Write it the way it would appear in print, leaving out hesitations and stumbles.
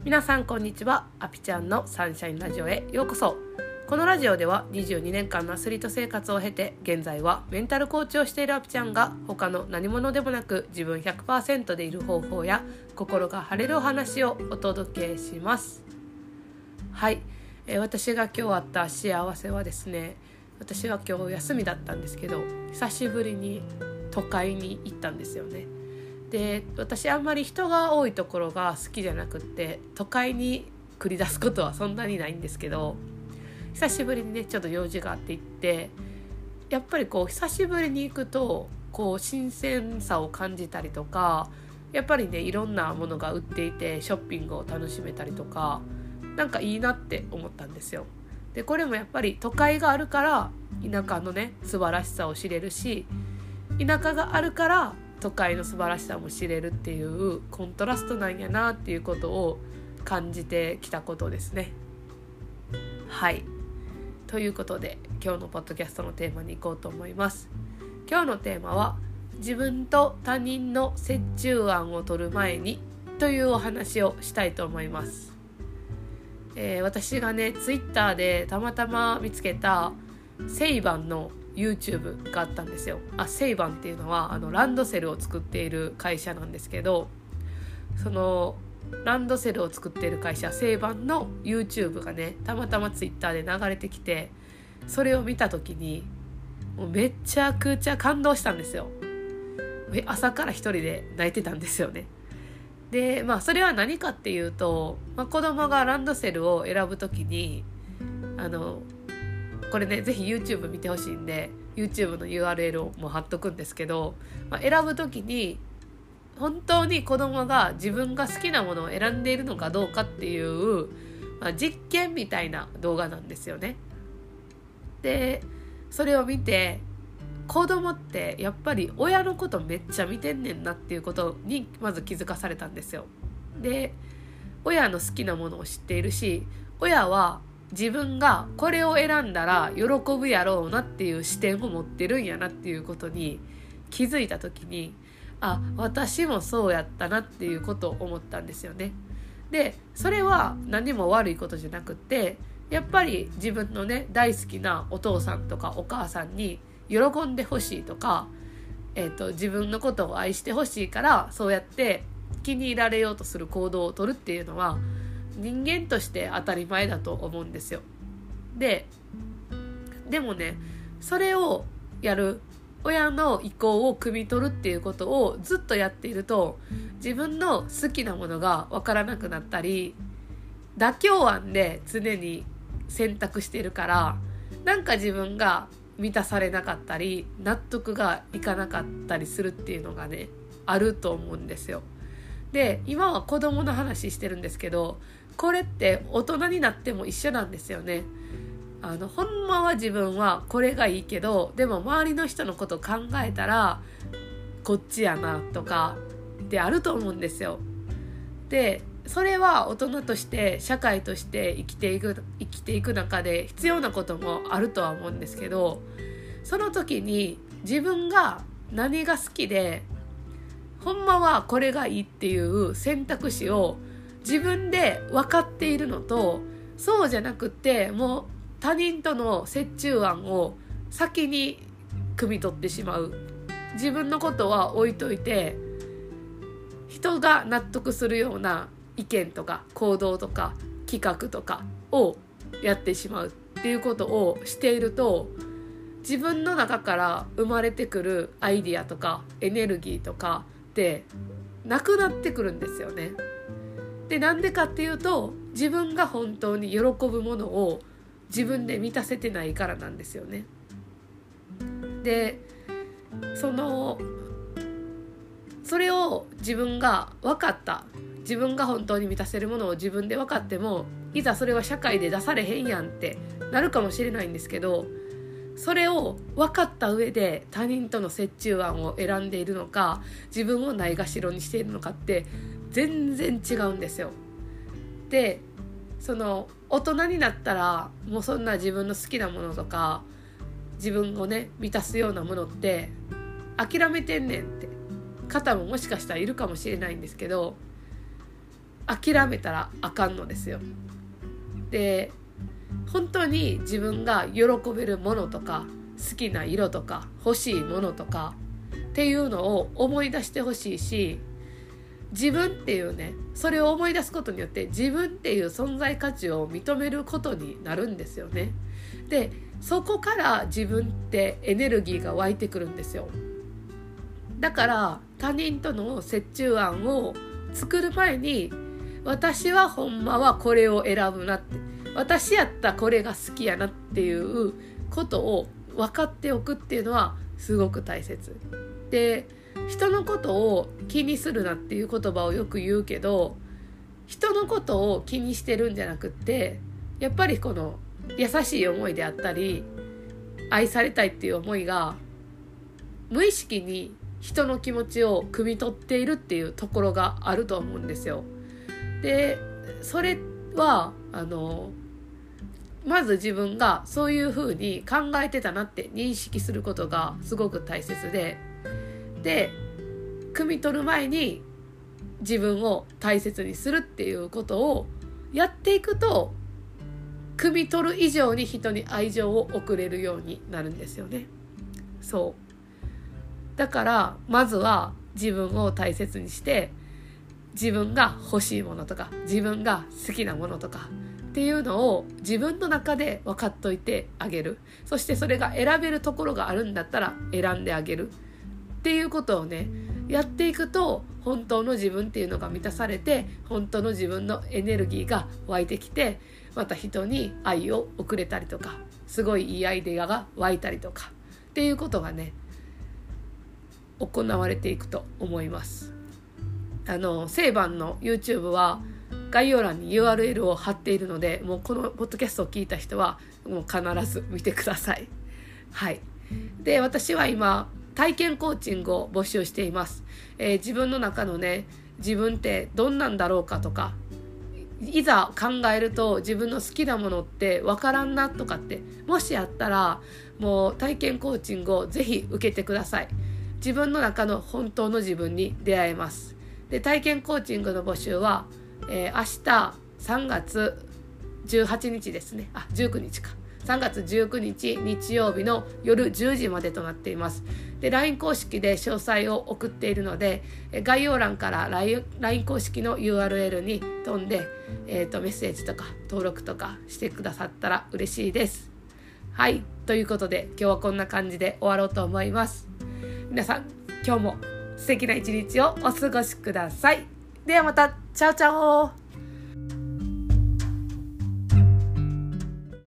皆さんこんにちは。アピちゃんのサンシャインラジオへようこそ。このラジオでは22年間のアスリート生活を経て、現在はメンタルコーチをしているアピちゃんが、他の何者でもなく自分 100% でいる方法や心が晴れるお話をお届けします。はい、私が今日あった幸せはですね、私は今日休みだったんですけど、久しぶりに都会に行ったんですよね。で、私あんまり人が多いところが好きじゃなくって、都会に繰り出すことはそんなにないんですけど、久しぶりにねちょっと用事があって行って、やっぱり久しぶりに行くと新鮮さを感じたりとか、やっぱりねいろんなものが売っていてショッピングを楽しめたりとか、なんかいいなって思ったんですよ。でこれもやっぱり都会があるから田舎のね素晴らしさを知れるし、田舎があるから都会の素晴らしさも知れるっていうコントラストなんやなっていうことを感じてきたことですね。はい、ということで今日のポッドキャストのテーマに行こうと思います。今日のテーマは、自分と他人の折衷案を取る前にというお話をしたいと思います。私がねツイッターでたまたま見つけたセイバンの YouTube があったんですよ。セイバンっていうのはランドセルを作っている会社なんですけど、そのランドセルを作っている会社セイバンの YouTube がねたまたまツイッターで流れてきて、それを見た時にもうめちゃくちゃ感動したんですよ。朝から一人で泣いてたんですよね。でそれは何かっていうと、子供がランドセルを選ぶ時にこれねぜひ YouTube 見てほしいんで YouTube の URL をもう貼っとくんですけど、選ぶ時に本当に子供が自分が好きなものを選んでいるのかどうかっていう、実験みたいな動画なんですよね。でそれを見て、子供ってやっぱり親のことめっちゃ見てんねんなっていうことにまず気づかされたんですよ。で親の好きなものを知っているし、親は自分がこれを選んだら喜ぶやろうなっていう視点を持ってるんやなっていうことに気づいた時に、私もそうやったなっていうことを思ったんですよね。でそれは何も悪いことじゃなくて、やっぱり自分のね大好きなお父さんとかお母さんに喜んでほしいとか、自分のことを愛してほしいからそうやって気に入られようとする行動を取るっていうのは人間として当たり前だと思うんですよ。でもね、それをやる親の意向を汲み取るっていうことをずっとやっていると、自分の好きなものが分からなくなったり、妥協案で常に選択しているから、なんか自分が満たされなかったり納得がいかなかったりするっていうのがねあると思うんですよ。で今は子供の話してるんですけど、これって大人になっても一緒なんですよね。ほんまは自分はこれがいいけど、でも周りの人のことを考えたらこっちやなとかってあると思うんですよ。でそれは大人として社会として生きていく中で必要なこともあるとは思うんですけど、その時に自分が何が好きでほんまはこれがいいっていう選択肢を自分で分かっているのと、そうじゃなくってもう他人との折衷案を先に汲み取ってしまう。自分のことは置いといて、人が納得するような意見とか行動とか企画とかをやってしまうっていうことをしていると、自分の中から生まれてくるアイディアとかエネルギーとかってなくなってくるんですよね。でなんでかっていうと、自分が本当に喜ぶものを自分で満たせてないからなんですよね。でそれを自分が分かった、自分が本当に満たせるものを自分で分かっても、いざそれは社会で出されへんやんってなるかもしれないんですけど、それを分かった上で他人との折衷案を選んでいるのか、自分をないがしろにしているのかって全然違うんですよ。で大人になったらもうそんな自分の好きなものとか自分をね満たすようなものって諦めてんねんって方ももしかしたらいるかもしれないんですけど、 諦めたらあかんのですよ。で、本当に自分が喜べるものとか好きな色とか欲しいものとかっていうのを思い出してほしいし、自分っていうね、それを思い出すことによって自分っていう存在価値を認めることになるんですよね。で、そこから自分ってエネルギーが湧いてくるんですよ。だから他人との折衷案を作る前に、私はほんまはこれを選ぶなって、私やったらこれが好きやなっていうことを分かっておくっていうのはすごく大切で、人のことを気にするなっていう言葉をよく言うけど、人のことを気にしてるんじゃなくって、やっぱりこの優しい思いであったり愛されたいっていう思いが無意識に人の気持ちを汲み取っているっていうところがあると思うんですよ。で、それはまず自分がそういうふうに考えてたなって認識することがすごく大切で、汲み取る前に自分を大切にするっていうことをやっていくと、汲み取る以上に人に愛情を送れるようになるんですよね。そうだからまずは自分を大切にして、自分が欲しいものとか自分が好きなものとかっていうのを自分の中で分かっといてあげる。そしてそれが選べるところがあるんだったら選んであげるっていうことをね、やっていくと本当の自分っていうのが満たされて、本当の自分のエネルギーが湧いてきて、また人に愛を送れたりとか、すごいいいアイデアが湧いたりとかっていうことがね、行われていくと思います。セイバンの YouTube は概要欄に URL を貼っているので、もうこのポッドキャストを聞いた人はもう必ず見てください。はい。で、私は今体験コーチングを募集しています。自分の中のね、自分ってどんなんだろうかとか、いざ考えると自分の好きなものってわからんなとかって、もしあったらもう体験コーチングをぜひ受けてください。自分の中の本当の自分に出会えます。で、体験コーチングの募集は、明日3月18日ですね。19日か。3月19日日曜日の夜10時までとなっています。で、LINE 公式で詳細を送っているので、概要欄から LINE 公式の URL に飛んで、メッセージとか登録とかしてくださったら嬉しいです。はい。ということで今日はこんな感じで終わろうと思います。皆さん、今日も素敵な一日をお過ごしください。ではまた。チャオチャオ。